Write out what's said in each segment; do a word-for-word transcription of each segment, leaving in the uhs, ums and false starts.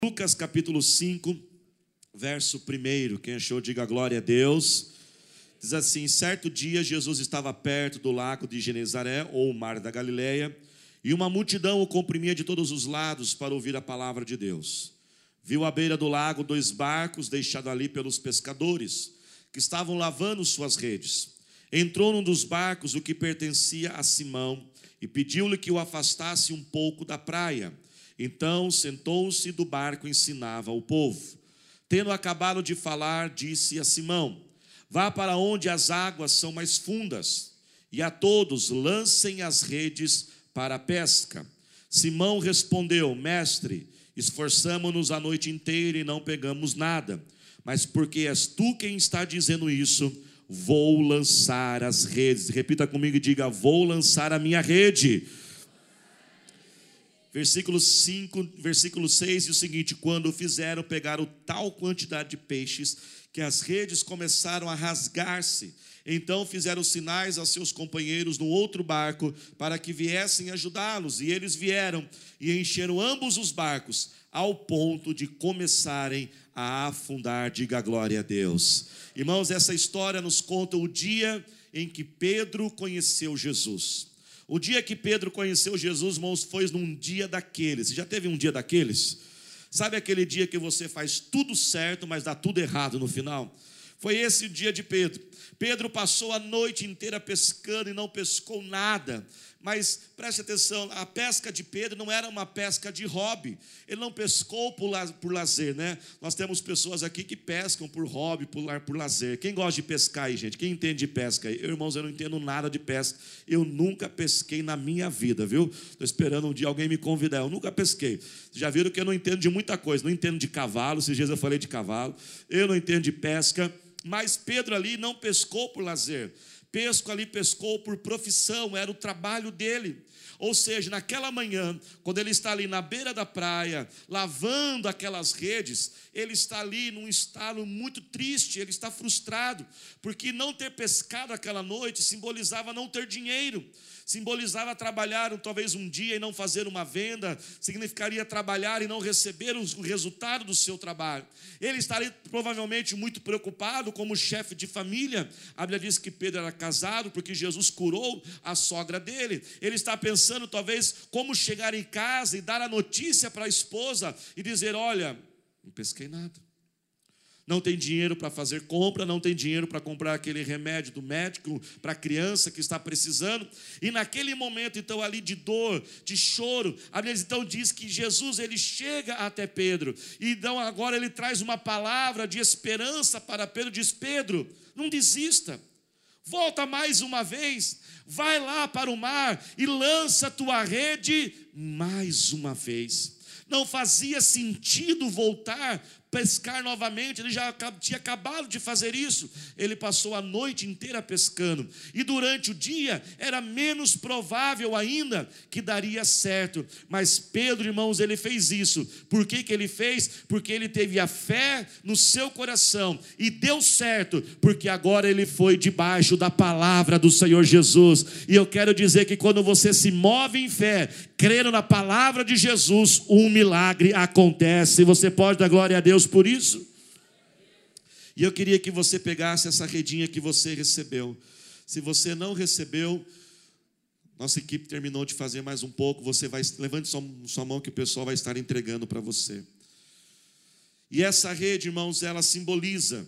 Lucas capítulo cinco, verso primeiro. Quem achou, diga glória a Deus. Diz assim: certo dia Jesus estava perto do lago de Genezaré, ou o mar da Galileia, e uma multidão o comprimia de todos os lados para ouvir a palavra de Deus. Viu à beira do lago dois barcos deixados ali pelos pescadores, que estavam lavando suas redes. Entrou num dos barcos, o que pertencia a Simão, e pediu-lhe que o afastasse um pouco da praia. Então sentou-se do barco e ensinava o povo. Tendo acabado de falar, disse a Simão: vá para onde as águas são mais fundas, e a todos lancem as redes para a pesca. Simão respondeu: mestre, esforçamo-nos a noite inteira e não pegamos nada, mas porque és tu quem está dizendo isso, vou lançar as redes. Repita comigo e diga: vou lançar a minha rede. Versículo cinco, versículo seis, e o seguinte: quando o fizeram, pegaram tal quantidade de peixes, que as redes começaram a rasgar-se. Então fizeram sinais aos seus companheiros no outro barco, para que viessem ajudá-los. E eles vieram e encheram ambos os barcos, ao ponto de começarem a afundar. Diga glória a Deus. Irmãos, essa história nos conta o dia em que Pedro conheceu Jesus. O dia que Pedro conheceu Jesus, irmãos, foi num dia daqueles. Você já teve um dia daqueles? Sabe aquele dia que você faz tudo certo, mas dá tudo errado no final? Foi esse o dia de Pedro. Pedro passou a noite inteira pescando e não pescou nada. Mas preste atenção, a pesca de Pedro não era uma pesca de hobby. Ele não pescou por, la, por lazer, né? Nós temos pessoas aqui que pescam por hobby, por, por lazer. Quem gosta de pescar aí, gente? Quem entende de pesca aí? Eu, irmãos, eu não entendo nada de pesca. Eu nunca pesquei na minha vida, viu? Estou esperando um dia alguém me convidar. Eu nunca pesquei. Vocês já viram que eu não entendo de muita coisa. Não entendo de cavalo, esses dias eu falei de cavalo. Eu não entendo de pesca. Mas Pedro ali não pescou por lazer. Pesco ali pescou por profissão, era o trabalho dele. Ou seja, naquela manhã, quando ele está ali na beira da praia, lavando aquelas redes, ele está ali num estado muito triste, ele está frustrado, porque não ter pescado aquela noite simbolizava não ter dinheiro, simbolizava trabalhar talvez um dia e não fazer uma venda, significaria trabalhar e não receber o resultado do seu trabalho. Ele estaria provavelmente muito preocupado como chefe de família. A Bíblia diz que Pedro era casado porque Jesus curou a sogra dele. Ele está pensando talvez como chegar em casa e dar a notícia para a esposa e dizer: olha, não pesquei nada. Não tem dinheiro para fazer compra, não tem dinheiro para comprar aquele remédio do médico para a criança que está precisando. E naquele momento, então, ali de dor, de choro, a Bíblia então diz que Jesus, ele chega até Pedro. E então agora ele traz uma palavra de esperança para Pedro. Diz: Pedro, não desista. Volta mais uma vez. Vai lá para o mar e lança a tua rede mais uma vez. Não fazia sentido voltar, pescar novamente. Ele já tinha acabado de fazer isso. Ele passou a noite inteira pescando. E durante o dia era menos provável ainda que daria certo. Mas Pedro, irmãos, ele fez isso. Por que que ele fez? Porque ele teve a fé no seu coração. E deu certo, porque agora ele foi debaixo da palavra do Senhor Jesus. E eu quero dizer que quando você se move em fé, crendo na palavra de Jesus, um milagre acontece. Você pode dar glória a Deus por isso? E eu queria que você pegasse essa redinha que você recebeu. Se você não recebeu, nossa equipe terminou de fazer mais um pouco. Você vai, levante sua, sua mão que o pessoal vai estar entregando para você. E essa rede, irmãos, ela simboliza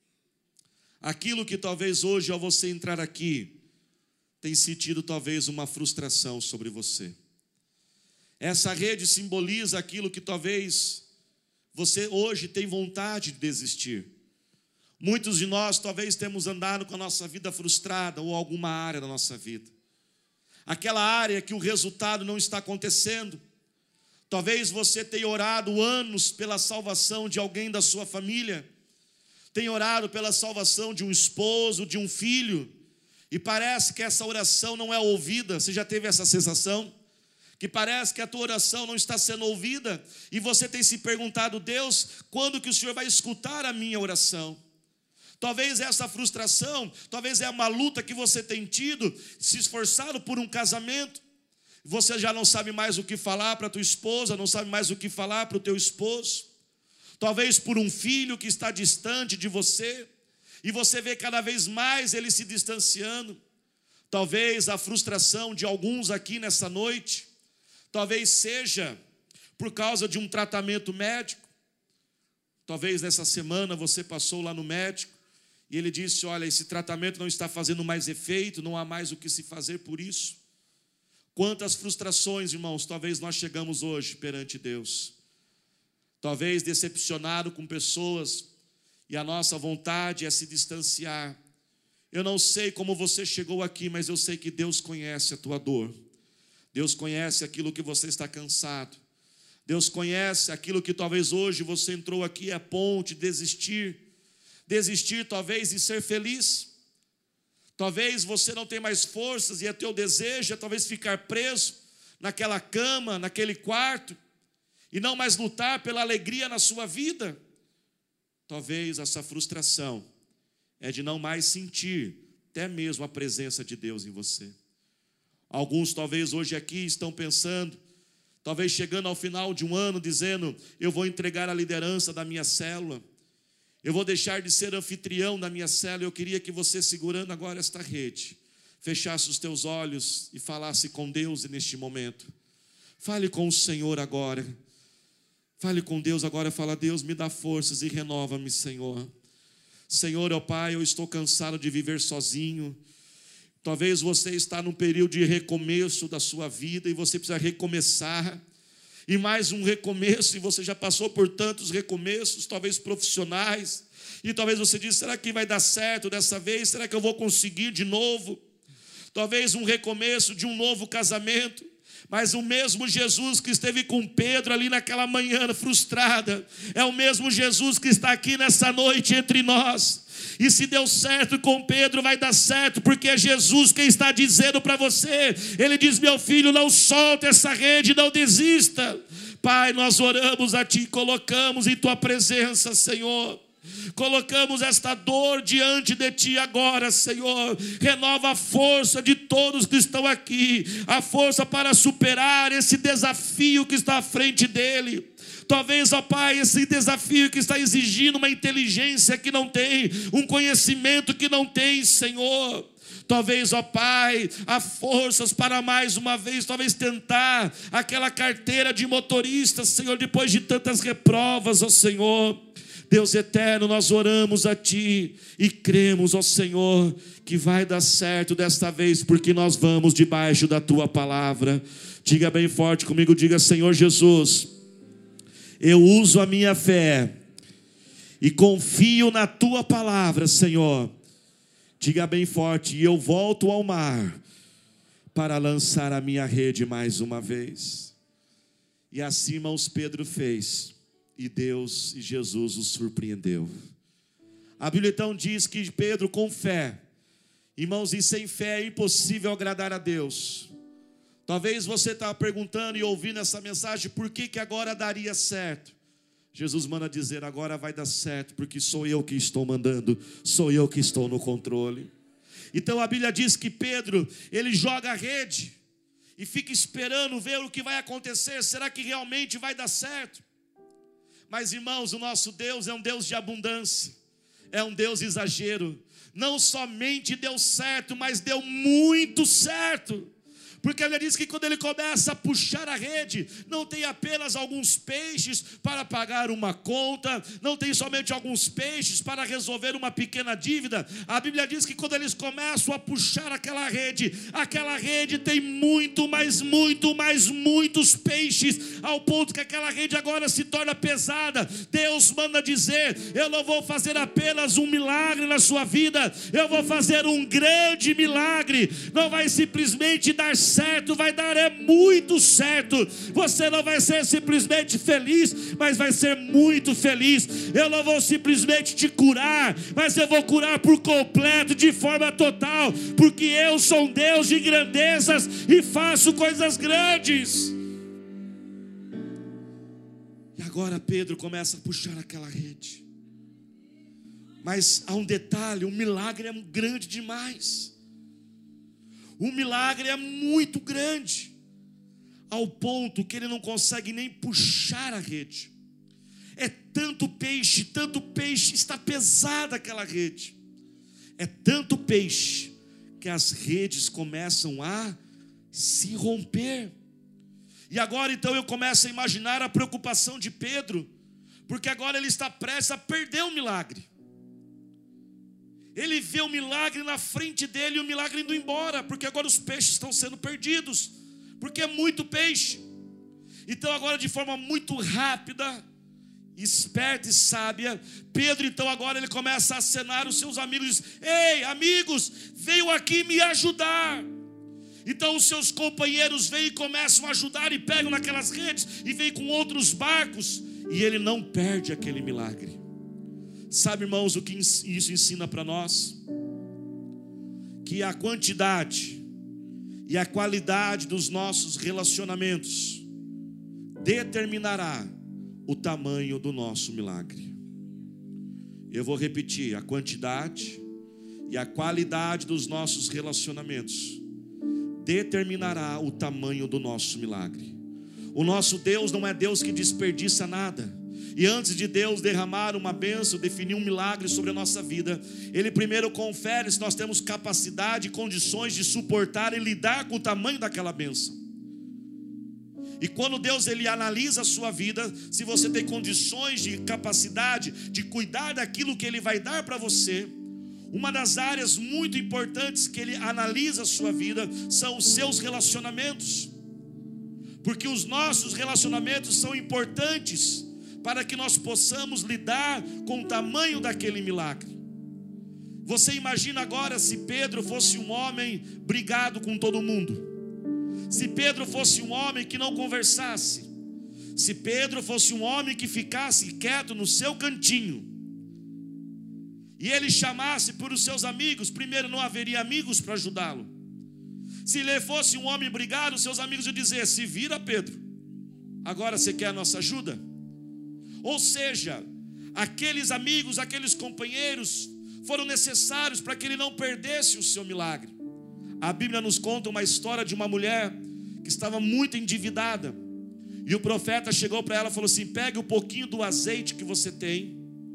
aquilo que talvez hoje, ao você entrar aqui, tem sentido talvez uma frustração sobre você. Essa rede simboliza aquilo que talvez você hoje tem vontade de desistir. Muitos de nós talvez temos andado com a nossa vida frustrada ou alguma área da nossa vida. Aquela área que o resultado não está acontecendo. Talvez você tenha orado anos pela salvação de alguém da sua família. Tenha orado pela salvação de um esposo, de um filho. E parece que essa oração não é ouvida. Você já teve essa sensação? Que parece que a tua oração não está sendo ouvida, e você tem se perguntado: Deus, quando que o Senhor vai escutar a minha oração? Talvez essa frustração, talvez é uma luta que você tem tido, se esforçado por um casamento, Você já não sabe mais o que falar para a tua esposa, não sabe mais o que falar para o teu esposo. Talvez por um filho que está distante de você, e você vê cada vez mais ele se distanciando. Talvez a frustração de alguns aqui nessa noite, talvez seja por causa de um tratamento médico. Talvez nessa semana você passou lá no médico, e ele disse: olha, esse tratamento não está fazendo mais efeito, não há mais o que se fazer por isso. Quantas frustrações, irmãos, talvez nós chegamos hoje perante Deus. Talvez decepcionado com pessoas, e a nossa vontade é se distanciar. Eu não sei como você chegou aqui, mas eu sei que Deus conhece a tua dor. Deus conhece aquilo que você está cansado. Deus conhece aquilo que talvez hoje você entrou aqui a ponto de desistir. Desistir talvez de ser feliz. Talvez você não tenha mais forças e o teu desejo é talvez ficar preso naquela cama, naquele quarto, e não mais lutar pela alegria na sua vida. Talvez essa frustração é de não mais sentir até mesmo a presença de Deus em você. Alguns talvez hoje aqui estão pensando, talvez chegando ao final de um ano, dizendo: eu vou entregar a liderança da minha célula, eu vou deixar de ser anfitrião da minha célula. Eu queria que você, segurando agora esta rede, fechasse os teus olhos e falasse com Deus neste momento. Fale com o Senhor agora. Fale com Deus agora. Fala: Deus, me dá forças e renova-me, Senhor. Senhor, ó Pai, eu estou cansado de viver sozinho. Talvez você está num período de recomeço da sua vida e você precisa recomeçar. E mais um recomeço, e você já passou por tantos recomeços, talvez profissionais, e talvez você diz: será que vai dar certo dessa vez? Será que eu vou conseguir de novo? Talvez um recomeço de um novo casamento. Mas o mesmo Jesus que esteve com Pedro ali naquela manhã frustrada, é o mesmo Jesus que está aqui nessa noite entre nós. E se deu certo com Pedro, vai dar certo, porque é Jesus quem está dizendo para você. Ele diz: meu filho, não solte essa rede, não desista. Pai, nós oramos a Ti, colocamos em Tua presença, Senhor. Colocamos esta dor diante de Ti agora, Senhor. Renova a força de todos que estão aqui, a força para superar esse desafio que está à frente dele. Talvez, ó Pai, esse desafio que está exigindo uma inteligência que não tem, um conhecimento que não tem, Senhor. Talvez, ó Pai, há forças para mais uma vez, talvez tentar aquela carteira de motorista, Senhor, depois de tantas reprovas, ó Senhor. Deus eterno, nós oramos a Ti e cremos, ó Senhor, que vai dar certo desta vez, porque nós vamos debaixo da Tua palavra. Diga bem forte comigo, diga: Senhor Jesus, eu uso a minha fé e confio na Tua palavra, Senhor. Diga bem forte: e eu volto ao mar para lançar a minha rede mais uma vez. E assim, irmãos, Pedro fez. E Deus e Jesus os surpreendeu. A Bíblia então diz que Pedro, com fé, irmãos, e sem fé é impossível agradar a Deus. Talvez você está perguntando e ouvindo essa mensagem: por que que agora daria certo? Jesus manda dizer: agora vai dar certo, porque sou eu que estou mandando, sou eu que estou no controle. Então a Bíblia diz que Pedro, ele joga a rede e fica esperando ver o que vai acontecer. Será que realmente vai dar certo? Mas, irmãos, o nosso Deus é um Deus de abundância, é um Deus exagero. Não somente deu certo, mas deu muito certo. Porque ele diz que quando ele começa a puxar a rede, não tem apenas alguns peixes para pagar uma conta, não tem somente alguns peixes para resolver uma pequena dívida. A Bíblia diz que quando eles começam a puxar aquela rede, aquela rede tem muito, mais, muito, mais, muitos peixes, ao ponto que aquela rede agora se torna pesada. Deus manda dizer: eu não vou fazer apenas um milagre na sua vida, eu vou fazer um grande milagre. Não vai simplesmente dar certo, certo, vai dar é muito certo. Você não vai ser simplesmente feliz, mas vai ser muito feliz. Eu não vou simplesmente te curar, mas eu vou curar por completo, de forma total, porque eu sou um Deus de grandezas e faço coisas grandes. E agora Pedro começa a puxar aquela rede, mas há um detalhe: o milagre é grande demais. O milagre é muito grande. ao ponto que ele não consegue nem puxar a rede. É tanto peixe, tanto peixe, está pesada aquela rede. É tanto peixe que as redes começam a se romper. E agora então eu começo a imaginar a preocupação de Pedro, porque agora ele está prestes a perder o milagre. Ele vê o milagre na frente dele e o milagre indo embora, porque agora os peixes estão sendo perdidos, porque é muito peixe. Então agora, de forma muito rápida, esperta e sábia, Pedro então agora ele começa a acenar os seus amigos e diz: ei, amigos, venham aqui me ajudar. Então os seus companheiros vêm e começam a ajudar e pegam naquelas redes e vêm com outros barcos, e ele não perde aquele milagre. Sabe, irmãos, o que isso ensina para nós? Que a quantidade e a qualidade dos nossos relacionamentos determinará o tamanho do nosso milagre. Eu vou repetir: a quantidade e a qualidade dos nossos relacionamentos determinará o tamanho do nosso milagre. O nosso Deus não é Deus que desperdiça nada. E antes de Deus derramar uma bênção, definir um milagre sobre a nossa vida, Ele primeiro confere se nós temos capacidade e condições de suportar e lidar com o tamanho daquela bênção. E quando Deus ele analisa a sua vida, se você tem condições de capacidade de cuidar daquilo que Ele vai dar para você, uma das áreas muito importantes que Ele analisa a sua vida são os seus relacionamentos. Porque os nossos relacionamentos são importantes para que nós possamos lidar com o tamanho daquele milagre. Você imagina agora se Pedro fosse um homem brigado com todo mundo, se Pedro fosse um homem que não conversasse, se Pedro fosse um homem que ficasse quieto no seu cantinho, e ele chamasse por os seus amigos, primeiro não haveria amigos para ajudá-lo. Se ele fosse um homem brigado, seus amigos iam dizer: se vira, Pedro, agora você quer a nossa ajuda? Ou seja, aqueles amigos, aqueles companheiros foram necessários para que ele não perdesse o seu milagre. A Bíblia nos conta uma história de uma mulher que estava muito endividada, e o profeta chegou para ela e falou assim: pegue um pouquinho do azeite que você tem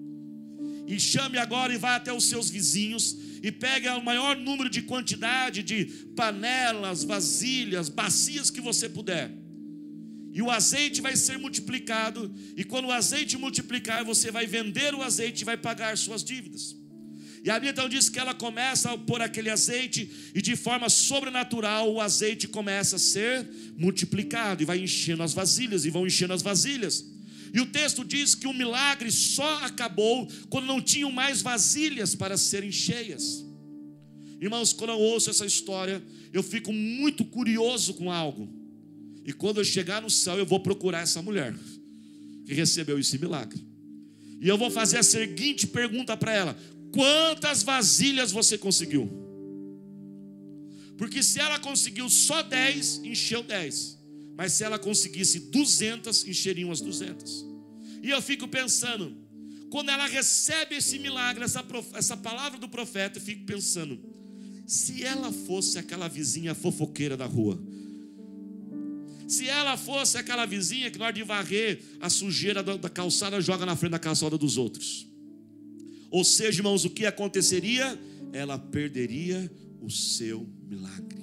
e chame agora e vá até os seus vizinhos e pegue o maior número de quantidade de panelas, vasilhas, bacias que você puder. E o azeite vai ser multiplicado. E quando o azeite multiplicar, você vai vender o azeite e vai pagar suas dívidas. E a Bíblia então diz que ela começa a pôr aquele azeite, e de forma sobrenatural o azeite começa a ser multiplicado, e vai enchendo as vasilhas, e vão enchendo as vasilhas. E o texto diz que o milagre só acabou quando não tinham mais vasilhas para serem cheias. Irmãos, quando eu ouço essa história, eu fico muito curioso com algo. E quando eu chegar no céu, eu vou procurar essa mulher que recebeu esse milagre. E eu vou fazer a seguinte pergunta para ela: quantas vasilhas você conseguiu? Porque se ela conseguiu só dez, encheu dez. Mas se ela conseguisse duzentas, encheriam as duzentas. E eu fico pensando, quando ela recebe esse milagre, essa, essa palavra do profeta, eu fico pensando, se ela fosse aquela vizinha fofoqueira da rua, se ela fosse aquela vizinha que na hora de varrer a sujeira da, da calçada joga na frente da calçada dos outros. Ou seja, irmãos, o que aconteceria? Ela perderia o seu milagre.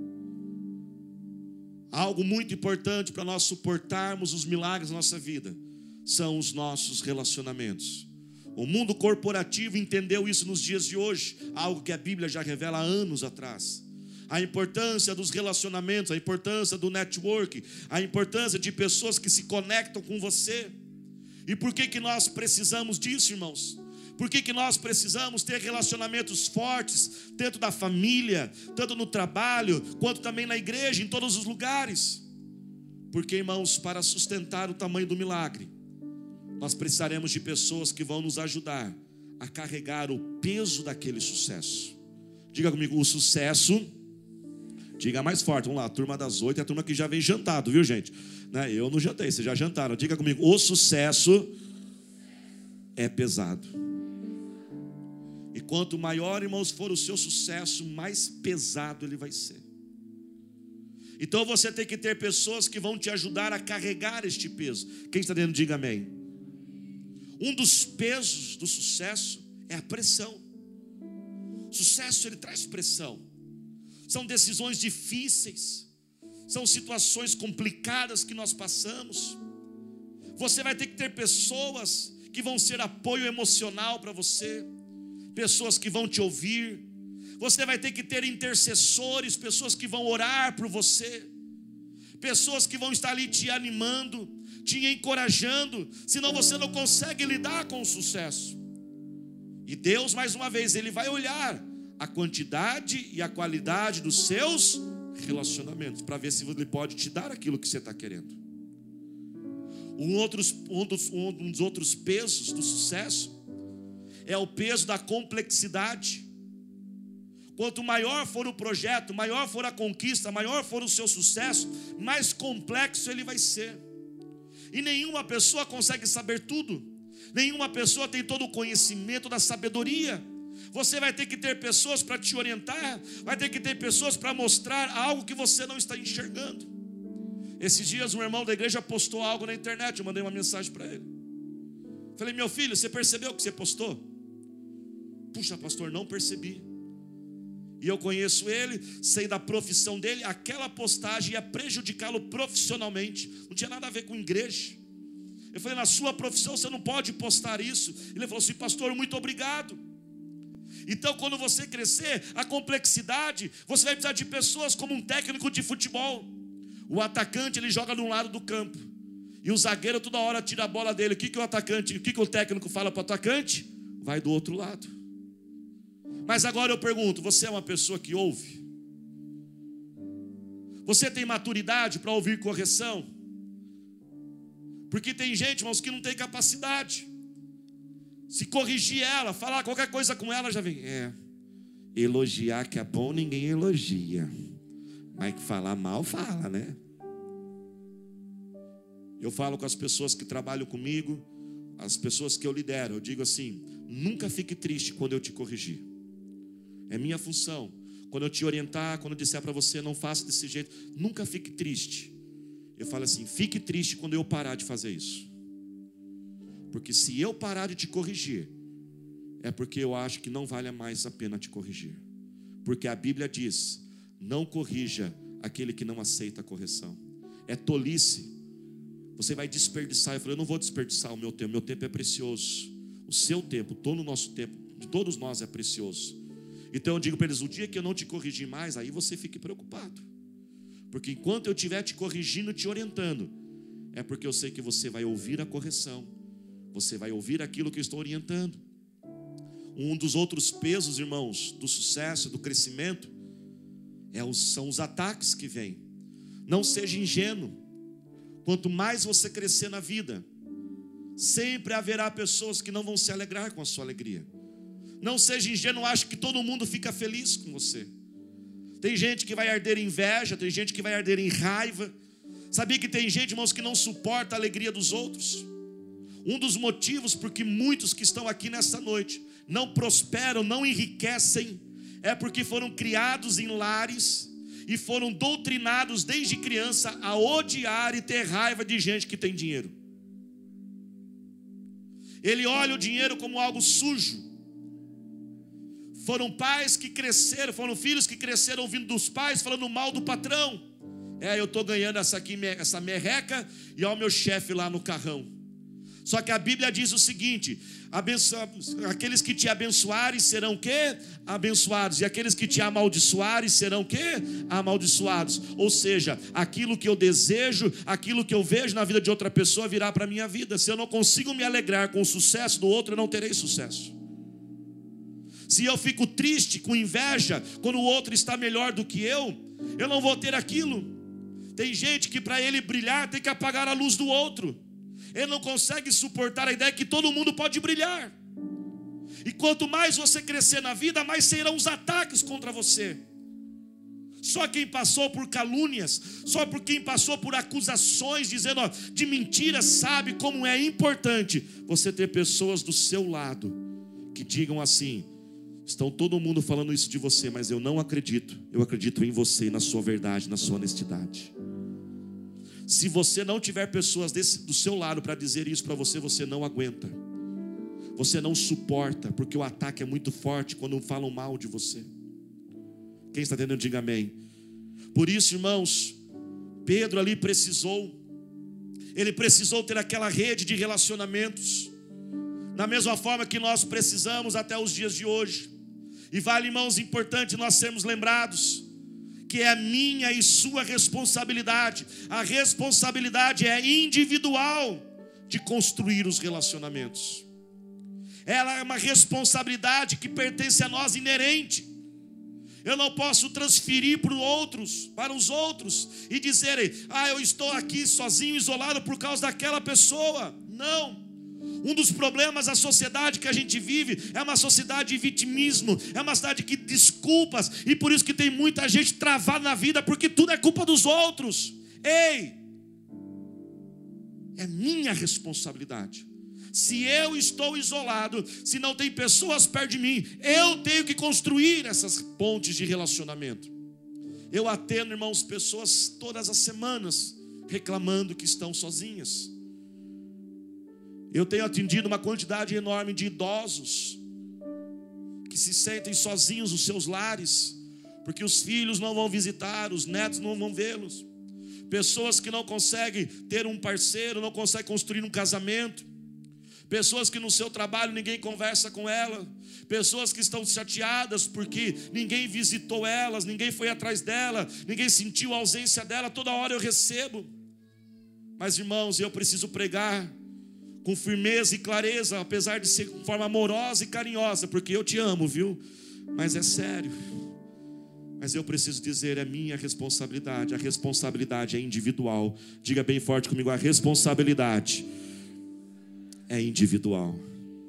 Algo muito importante para nós suportarmos os milagres da nossa vida são os nossos relacionamentos. O mundo corporativo entendeu isso nos dias de hoje, algo que a Bíblia já revela há anos atrás. A importância dos relacionamentos, a importância do network, a importância de pessoas que se conectam com você. E por que que nós precisamos disso, irmãos? Por que que nós precisamos ter relacionamentos fortes dentro da família, tanto no trabalho, quanto também na igreja, em todos os lugares? Porque, irmãos, para sustentar o tamanho do milagre, nós precisaremos de pessoas que vão nos ajudar a carregar o peso daquele sucesso. Diga comigo, o sucesso... Diga mais forte, vamos lá, a turma das oito é a turma que já vem jantado, viu, gente? Né? Eu não jantei, vocês já jantaram. Diga comigo, o sucesso é pesado. E quanto maior, irmãos, for o seu sucesso, mais pesado ele vai ser. Então você tem que ter pessoas que vão te ajudar a carregar este peso. Quem está dentro, diga amém. Um dos pesos do sucesso é a pressão. Sucesso, ele traz pressão. São decisões difíceis, são situações complicadas que nós passamos. Você vai ter que ter pessoas que vão ser apoio emocional para você, pessoas que vão te ouvir. Você vai ter que ter intercessores, pessoas que vão orar por você, pessoas que vão estar ali te animando, te encorajando, senão você não consegue lidar com o sucesso. E Deus, mais uma vez, Ele vai olhar a quantidade e a qualidade dos seus relacionamentos, para ver se Ele pode te dar aquilo que você está querendo. Um, outros, um, dos, um dos outros pesos do sucesso é o peso da complexidade. Quanto maior for o projeto, maior for a conquista, maior for o seu sucesso, mais complexo ele vai ser. E nenhuma pessoa consegue saber tudo. Nenhuma pessoa tem todo o conhecimento da sabedoria. Você vai ter que ter pessoas para te orientar, vai ter que ter pessoas para mostrar algo que você não está enxergando. Esses dias um irmão da igreja postou algo na internet, eu mandei uma mensagem para ele. Falei, meu filho, você percebeu o que você postou? Puxa, pastor, não percebi. E eu conheço ele, sei da profissão dele. Aquela postagem ia prejudicá-lo profissionalmente, não tinha nada a ver com igreja. Eu falei, na sua profissão você não pode postar isso. Ele falou assim, pastor, muito obrigado. Então quando você crescer, a complexidade, você vai precisar de pessoas como um técnico de futebol. O atacante, ele joga de um lado do campo, e o zagueiro toda hora tira a bola dele. O que, que o atacante, o que, que o técnico fala para o atacante? Vai do outro lado. Mas agora eu pergunto, você é uma pessoa que ouve? Você tem maturidade para ouvir correção? Porque tem gente, irmãos, que não tem capacidade. Se corrigir ela, falar qualquer coisa com ela, já vem. É, elogiar que é bom, ninguém elogia. Mas que falar mal, fala, né? Eu falo com as pessoas que trabalham comigo, as pessoas que eu lidero, eu digo assim, nunca fique triste quando eu te corrigir. É minha função. Quando eu te orientar, quando eu disser para você, não faça desse jeito, nunca fique triste. Eu falo assim, fique triste quando eu parar de fazer isso. Porque se eu parar de te corrigir, é porque eu acho que não vale mais a pena te corrigir. Porque a Bíblia diz, não corrija aquele que não aceita a correção. É tolice. Você vai desperdiçar. Eu falei, eu não vou desperdiçar o meu tempo. Meu tempo é precioso. O seu tempo, todo o nosso tempo, de todos nós é precioso. Então eu digo para eles, o dia que eu não te corrigir mais, aí você fique preocupado. Porque enquanto eu estiver te corrigindo, te orientando, é porque eu sei que você vai ouvir a correção. Você vai ouvir aquilo que eu estou orientando. Um dos outros pesos, irmãos, do sucesso, do crescimento, é os, são os ataques que vêm. Não seja ingênuo. Quanto mais você crescer na vida, sempre haverá pessoas que não vão se alegrar com a sua alegria. Não seja ingênuo, acho que todo mundo fica feliz com você. Tem gente que vai arder em inveja, tem gente que vai arder em raiva. Sabia que tem gente, irmãos, que não suporta a alegria dos outros? Um dos motivos porque muitos que estão aqui nessa noite não prosperam, não enriquecem, é porque foram criados em lares e foram doutrinados desde criança a odiar e ter raiva de gente que tem dinheiro. Ele olha o dinheiro como algo sujo. Foram pais que cresceram, foram filhos que cresceram ouvindo dos pais, falando mal do patrão. É, eu estou ganhando essa, aqui, essa merreca, e olha o meu chefe lá no carrão. Só que a Bíblia diz o seguinte, abençoa, aqueles que te abençoarem serão o quê? Abençoados. E aqueles que te amaldiçoarem serão o quê? Amaldiçoados. Ou seja, aquilo que eu desejo, aquilo que eu vejo na vida de outra pessoa virá para a minha vida. Se eu não consigo me alegrar com o sucesso do outro, eu não terei sucesso. Se eu fico triste, com inveja, quando o outro está melhor do que eu, eu não vou ter aquilo. Tem gente que para ele brilhar tem que apagar a luz do outro. Ele não consegue suportar a ideia que todo mundo pode brilhar. E quanto mais você crescer na vida, mais serão os ataques contra você. Só quem passou por calúnias, só por quem passou por acusações, dizendo ó, de mentiras, sabe como é importante você ter pessoas do seu lado que digam assim, Estão todo mundo falando isso de você, mas eu não acredito. Eu acredito em você, na sua verdade, na sua honestidade. Se você não tiver pessoas desse, do seu lado para dizer isso para você, você não aguenta. Você não suporta, porque o ataque é muito forte quando falam mal de você. Quem está entendendo, diga amém. Por isso, irmãos, Pedro ali precisou, ele precisou ter aquela rede de relacionamentos, da mesma forma que nós precisamos até os dias de hoje. E vale, irmãos, importante nós sermos lembrados que é a minha e sua responsabilidade. A responsabilidade é individual de construir os relacionamentos. Ela é uma responsabilidade que pertence a nós, inerente. Eu não posso transferir para os outros, para os outros e dizerem: ah, eu estou aqui sozinho, isolado por causa daquela pessoa. Não. Um dos problemas da sociedade que a gente vive é uma sociedade de vitimismo, é uma sociedade de desculpas, e por isso que tem muita gente travada na vida, porque tudo é culpa dos outros. Ei, é minha responsabilidade. Se eu estou isolado, se não tem pessoas perto de mim, eu tenho que construir essas pontes de relacionamento. Eu atendo, irmãos, pessoas todas as semanas reclamando que estão sozinhas. Eu tenho atendido uma quantidade enorme de idosos que se sentem sozinhos nos seus lares, porque os filhos não vão visitar, os netos não vão vê-los. Pessoas que não conseguem ter um parceiro, não conseguem construir um casamento. Pessoas que no seu trabalho ninguém conversa com ela. Pessoas que estão chateadas porque ninguém visitou elas, ninguém foi atrás dela, ninguém sentiu a ausência dela. Toda hora eu recebo. Mas, irmãos, eu preciso pregar com firmeza e clareza, apesar de ser de forma amorosa e carinhosa, porque eu te amo, viu? Mas é sério. Mas eu preciso dizer, é minha responsabilidade. A responsabilidade é individual. Diga bem forte comigo, a responsabilidade é individual.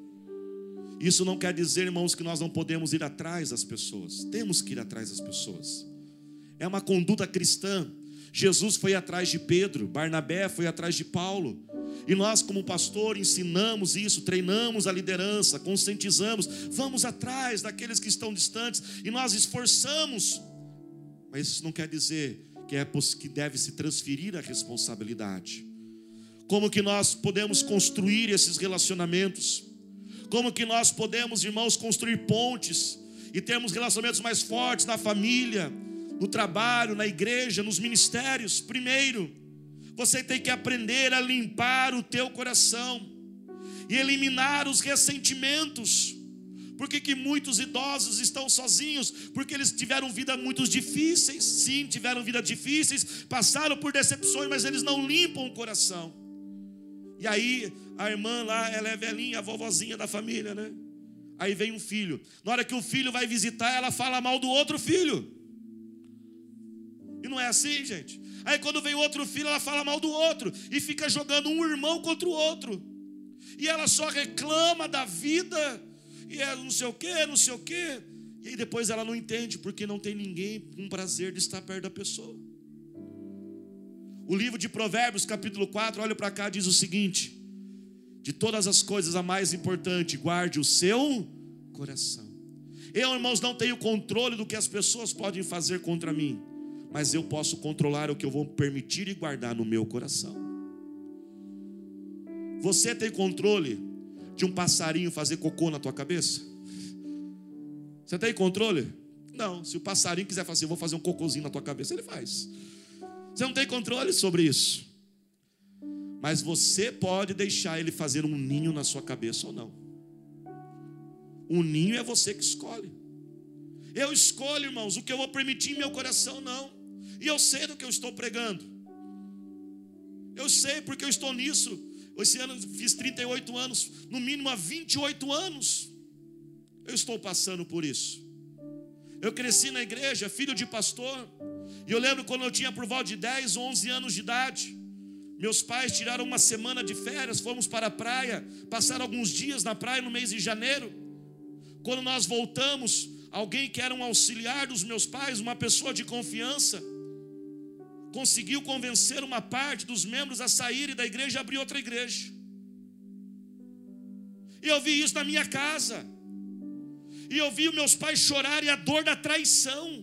Isso não quer dizer, irmãos, que nós não podemos ir atrás das pessoas. Temos que ir atrás das pessoas. É uma conduta cristã. Jesus foi atrás de Pedro, Barnabé foi atrás de Paulo. E nós, como pastor, ensinamos isso, treinamos a liderança, conscientizamos, vamos atrás daqueles que estão distantes e nós esforçamos. Mas isso não quer dizer que, é, que deve se transferir a responsabilidade. Como que nós podemos construir esses relacionamentos? Como que nós podemos, irmãos, construir pontes e termos relacionamentos mais fortes na família, no trabalho, na igreja, nos ministérios? Primeiro, você tem que aprender a limpar o teu coração e eliminar os ressentimentos. Por que que muitos idosos estão sozinhos? Porque eles tiveram vida muito difíceis. Sim, tiveram vidas difíceis, passaram por decepções, mas eles não limpam o coração. E aí, a irmã lá, ela é velhinha, a vovozinha da família, né? Aí vem um filho. Na hora que o filho vai visitar, ela fala mal do outro filho. E não é assim, gente? Aí quando vem outro filho, ela fala mal do outro e fica jogando um irmão contra o outro. E ela só reclama da vida, e é não sei o que, não sei o que. E aí depois ela não entende, porque não tem ninguém com prazer de estar perto da pessoa. O livro de Provérbios, capítulo quatro, olha para cá, diz o seguinte: de todas as coisas a mais importante, guarde o seu coração. Eu, irmãos, não tenho controle do que as pessoas podem fazer contra mim, mas eu posso controlar o que eu vou permitir e guardar no meu coração. Você tem controle de um passarinho fazer cocô na tua cabeça? Você tem controle? Não. Se o passarinho quiser fazer, eu vou fazer um cocôzinho na tua cabeça, ele faz. Você não tem controle sobre isso. Mas você pode deixar ele fazer um ninho na sua cabeça ou não. O ninho é você que escolhe. Eu escolho, irmãos, o que eu vou permitir em meu coração, não. E eu sei do que eu estou pregando. Eu sei porque eu estou nisso. Esse ano eu fiz trinta e oito anos. No mínimo há vinte e oito anos eu estou passando por isso. Eu cresci na igreja, filho de pastor. E eu lembro quando eu tinha por volta de dez, onze anos de idade. Meus pais tiraram uma semana de férias, fomos para a praia, passaram alguns dias na praia no mês de janeiro. Quando nós voltamos, alguém que era um auxiliar dos meus pais, uma pessoa de confiança, conseguiu convencer uma parte dos membros a saírem da igreja e abrir outra igreja. E eu vi isso na minha casa. E eu vi meus pais chorarem a dor da traição.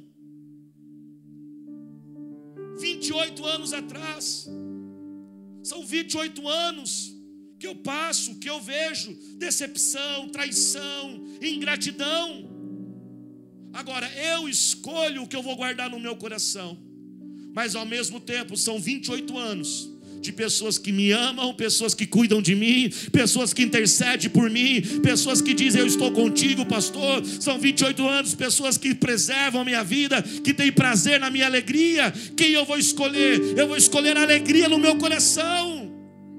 vinte e oito anos atrás. São vinte e oito anos que eu passo, que eu vejo decepção, traição, ingratidão. Agora, eu escolho o que eu vou guardar no meu coração. Mas ao mesmo tempo, são vinte e oito anos de pessoas que me amam, pessoas que cuidam de mim, pessoas que intercedem por mim, pessoas que dizem eu estou contigo, pastor. São vinte e oito anos, pessoas que preservam a minha vida, que têm prazer na minha alegria. Quem eu vou escolher? Eu vou escolher a alegria no meu coração.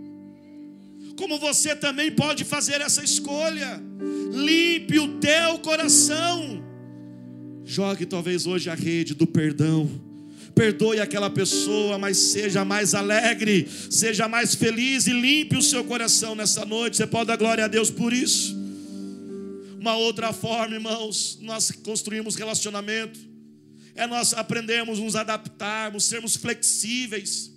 Como você também pode fazer essa escolha. Limpe o teu coração. Jogue talvez hoje a rede do perdão. Perdoe aquela pessoa, mas seja mais alegre, seja mais feliz e limpe o seu coração nessa noite. Você pode dar glória a Deus por isso. Uma outra forma, irmãos, nós construímos relacionamento, é nós aprendermos nos adaptarmos, sermos flexíveis.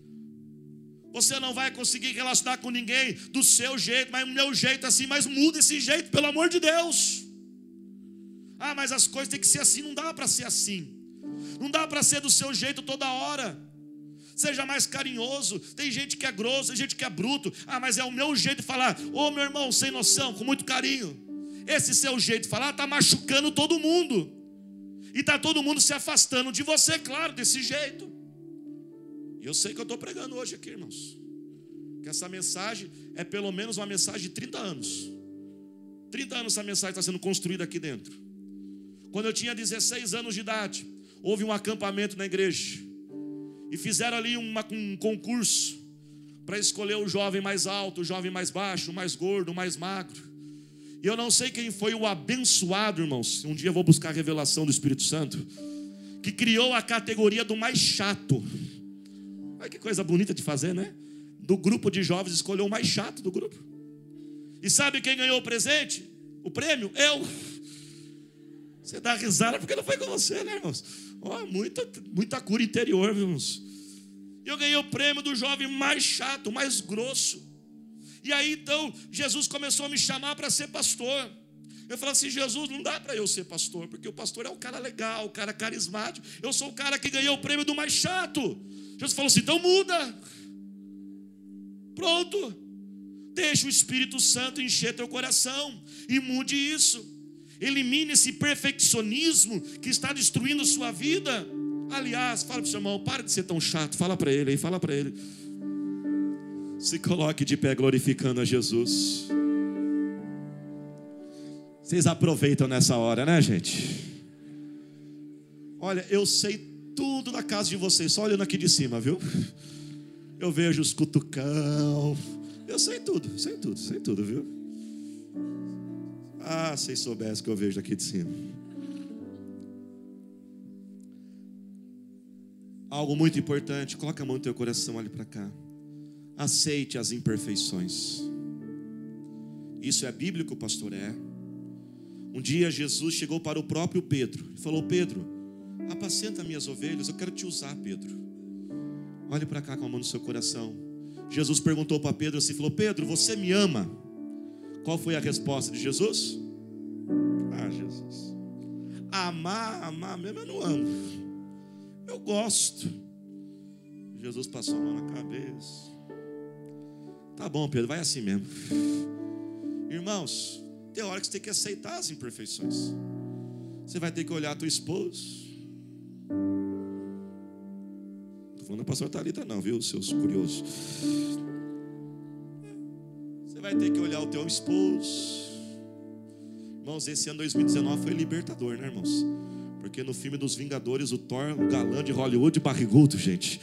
Você não vai conseguir relacionar com ninguém do seu jeito, mas o meu jeito é assim, mas muda esse jeito, pelo amor de Deus. Ah, mas as coisas têm que ser assim, não dá para ser assim. Não dá para ser do seu jeito toda hora. Seja mais carinhoso. Tem gente que é grosso, tem gente que é bruto. Ah, mas é o meu jeito de falar. Ô, meu irmão, sem noção, com muito carinho. Esse seu jeito de falar está machucando todo mundo. E está todo mundo se afastando de você, claro, desse jeito. E eu sei que eu estou pregando hoje aqui, irmãos, que essa mensagem é pelo menos uma mensagem de trinta anos. trinta anos essa mensagem está sendo construída aqui dentro. Quando eu tinha dezesseis anos de idade, houve um acampamento na igreja. E fizeram ali uma, um concurso para escolher o jovem mais alto, o jovem mais baixo, o mais gordo, o mais magro. E eu não sei quem foi o abençoado, irmãos. Um dia eu vou buscar a revelação do Espírito Santo, que criou a categoria do mais chato. Olha que coisa bonita de fazer, né? Do grupo de jovens escolheu o mais chato do grupo. E sabe quem ganhou o presente? O prêmio? Eu. Você dá risada porque não foi com você, né, irmãos? Oh, muita, muita cura interior, irmãos. Eu ganhei o prêmio do jovem mais chato, mais grosso. E aí então Jesus começou a me chamar para ser pastor. Eu falei assim: Jesus, não dá para eu ser pastor, porque o pastor é o cara legal, o cara carismático. Eu sou o cara que ganhou o prêmio do mais chato. Jesus falou assim: então muda. Pronto. Deixa o Espírito Santo encher teu coração e mude isso. Elimine esse perfeccionismo que está destruindo a sua vida. Aliás, fala para o seu irmão: para de ser tão chato. Fala para ele aí, fala para ele. Se coloque de pé glorificando a Jesus. Vocês aproveitam nessa hora, né, gente? Olha, eu sei tudo da casa de vocês, só olhando aqui de cima, viu? Eu vejo os cutucão. Eu sei tudo, sei tudo, sei tudo, viu? Ah, se vocês soubessem o que eu vejo daqui de cima. Algo muito importante, coloca a mão no teu coração, olhe para cá. Aceite as imperfeições. Isso é bíblico, pastor? É. Um dia Jesus chegou para o próprio Pedro e falou: Pedro, apacenta minhas ovelhas, eu quero te usar, Pedro. Olhe para cá com a mão no seu coração. Jesus perguntou para Pedro assim, falou: Pedro, você me ama? Qual foi a resposta de Jesus? Ah, Jesus, amar, amar mesmo eu não amo, eu gosto. Jesus passou a mão na cabeça. Tá bom, Pedro, vai assim mesmo. Irmãos, tem hora que você tem que aceitar as imperfeições. Você vai ter que olhar a tua esposa. Não estou falando da pastora Thalita não, viu, seus curiosos. Você vai ter que olhar o teu esposo. Irmãos, esse ano dois mil e dezenove foi libertador, né, irmãos? Porque no filme dos Vingadores, o Thor, o galã de Hollywood, barrigudo, gente.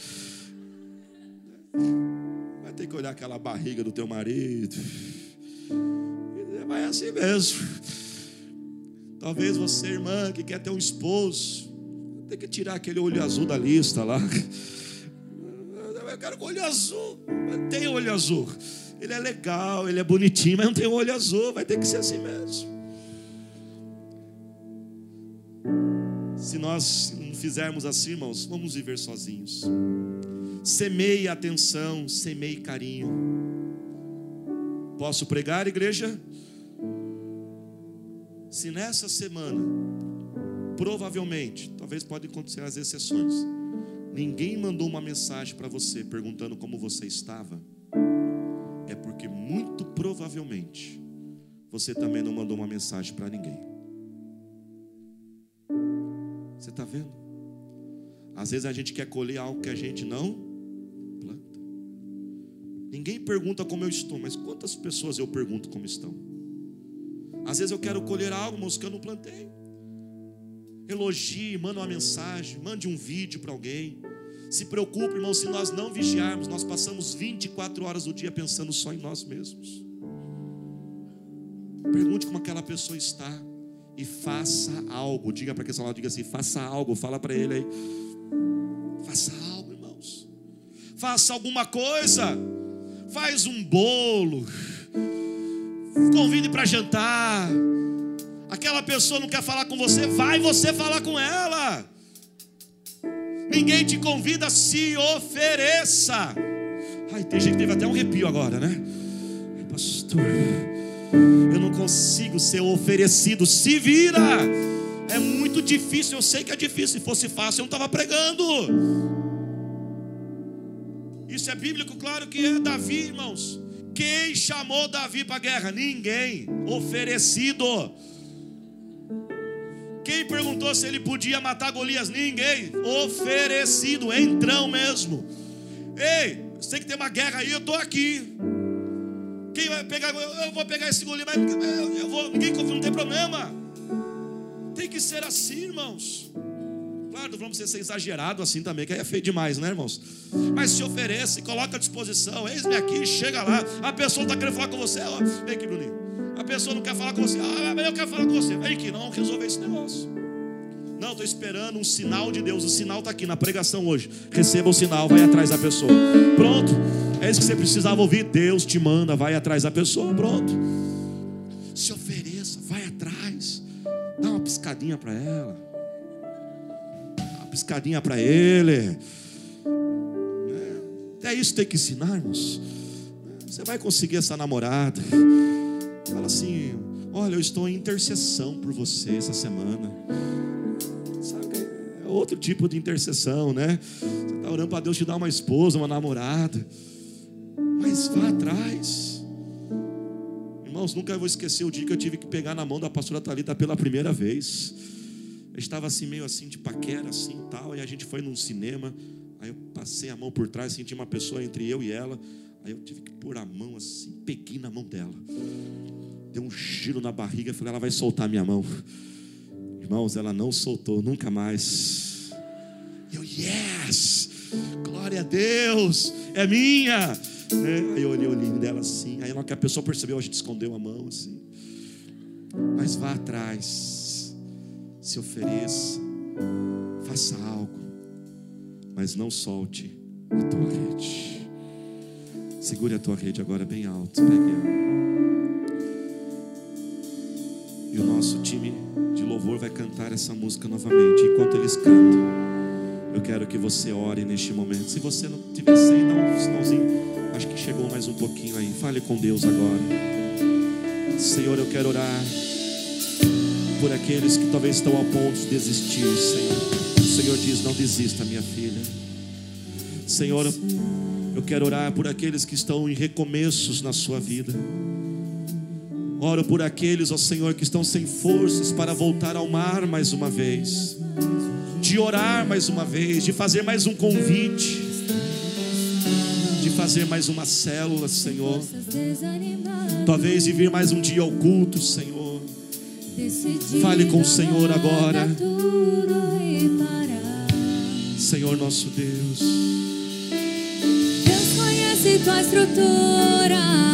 Vai ter que olhar aquela barriga do teu marido. Vai assim mesmo. Talvez você, irmã, que quer ter um esposo, tem que tirar aquele olho azul da lista lá. Eu quero com olho azul. Tem olho azul. Ele é legal, ele é bonitinho, mas não tem olho azul. Vai ter que ser assim mesmo. Se nós não fizermos assim, irmãos, vamos viver sozinhos. Semeie atenção, semeie carinho. Posso pregar, igreja? Se nessa semana, provavelmente, talvez podem acontecer as exceções, ninguém mandou uma mensagem para você perguntando como você estava, é porque muito provavelmente você também não mandou uma mensagem para ninguém. Você está vendo? Às vezes a gente quer colher algo que a gente não planta. Ninguém pergunta como eu estou, mas quantas pessoas eu pergunto como estão? Às vezes eu quero colher algo, irmãos, que eu não plantei. Elogie, manda uma mensagem, mande um vídeo para alguém. Se preocupe, irmão, se nós não vigiarmos, nós passamos vinte e quatro horas do dia pensando só em nós mesmos. Pergunte como aquela pessoa está e faça algo. Diga para aquele lado, diga assim, faça algo, fala para ele aí. Faça algo, irmãos. Faça alguma coisa. Faz um bolo. Convide para jantar. Aquela pessoa não quer falar com você, vai você falar com ela. Ninguém te convida, se ofereça. Ai, tem gente que teve até um arrepio agora, né? Pastor, eu não consigo ser oferecido. Se vira. É muito difícil, eu sei que é difícil. Se fosse fácil, eu não estava pregando. Isso é bíblico, claro que é. Davi, irmãos, quem chamou Davi para a guerra? Ninguém. Oferecido. Quem perguntou se ele podia matar Golias? Ninguém. Oferecido, entrão mesmo. Ei, sei que tem uma guerra aí, eu estou aqui. Quem vai pegar? Eu vou pegar esse Golias, mas eu vou, ninguém confia, não tem problema. Tem que ser assim, irmãos. Claro, não vamos ser exagerado assim também, que aí é feio demais, né, irmãos? Mas se ofereça e coloca à disposição. Eis-me aqui, chega lá. A pessoa não está querendo falar com você, ó, vem aqui, Bruninho. A pessoa não quer falar com você. Ah, mas eu quero falar com você. Vem aqui, não, resolver esse negócio. Não, estou esperando um sinal de Deus. O sinal está aqui na pregação hoje. Receba o sinal, vai atrás da pessoa. Pronto, é isso que você precisava ouvir. Deus te manda, vai atrás da pessoa. Pronto. Se ofereça, vai atrás. Dá uma piscadinha para ela. Dá uma piscadinha para ele. Até isso tem que ensinar, irmãos. Você vai conseguir essa namorada. Fala assim, olha, eu estou em intercessão por você essa semana. Sabe, é outro tipo de intercessão, né? Você está orando para Deus te dar uma esposa, uma namorada. Mas vá atrás. Irmãos, nunca vou esquecer o dia que eu tive que pegar na mão da pastora Thalita pela primeira vez. Eu estava assim, meio assim, de paquera, assim, tal. E a gente foi num cinema. Aí eu passei a mão por trás, senti uma pessoa entre eu e ela. Aí eu tive que pôr a mão assim, peguei na mão dela. Deu um giro na barriga, falei, ela vai soltar minha mão. Irmãos, ela não soltou, nunca mais. Eu, yes! Glória a Deus! É minha! É, aí eu olhei o olhinho dela assim. Aí logo que a pessoa percebeu, a gente escondeu a mão assim. Mas vá atrás. Se ofereça. Faça algo. Mas não solte a tua rede. Segure a tua rede agora bem alto. Pegue ela. E o nosso time de louvor vai cantar essa música novamente. Enquanto eles cantam, eu quero que você ore neste momento. Se você não tiver sem, dá um sinalzinho. Acho que chegou mais um pouquinho aí. Fale com Deus agora. Senhor, eu quero orar por aqueles que talvez estão a ponto de desistir, Senhor. O Senhor diz, não desista, minha filha. Senhor, eu quero orar por aqueles que estão em recomeços na sua vida. Oro por aqueles, ó Senhor, que estão sem forças para voltar ao mar mais uma vez, de orar mais uma vez, de fazer mais um convite, de fazer mais uma célula, Senhor. Talvez de vir mais um dia ao culto, Senhor. Fale com o Senhor agora. Senhor nosso Deus, Deus conhece tua estrutura.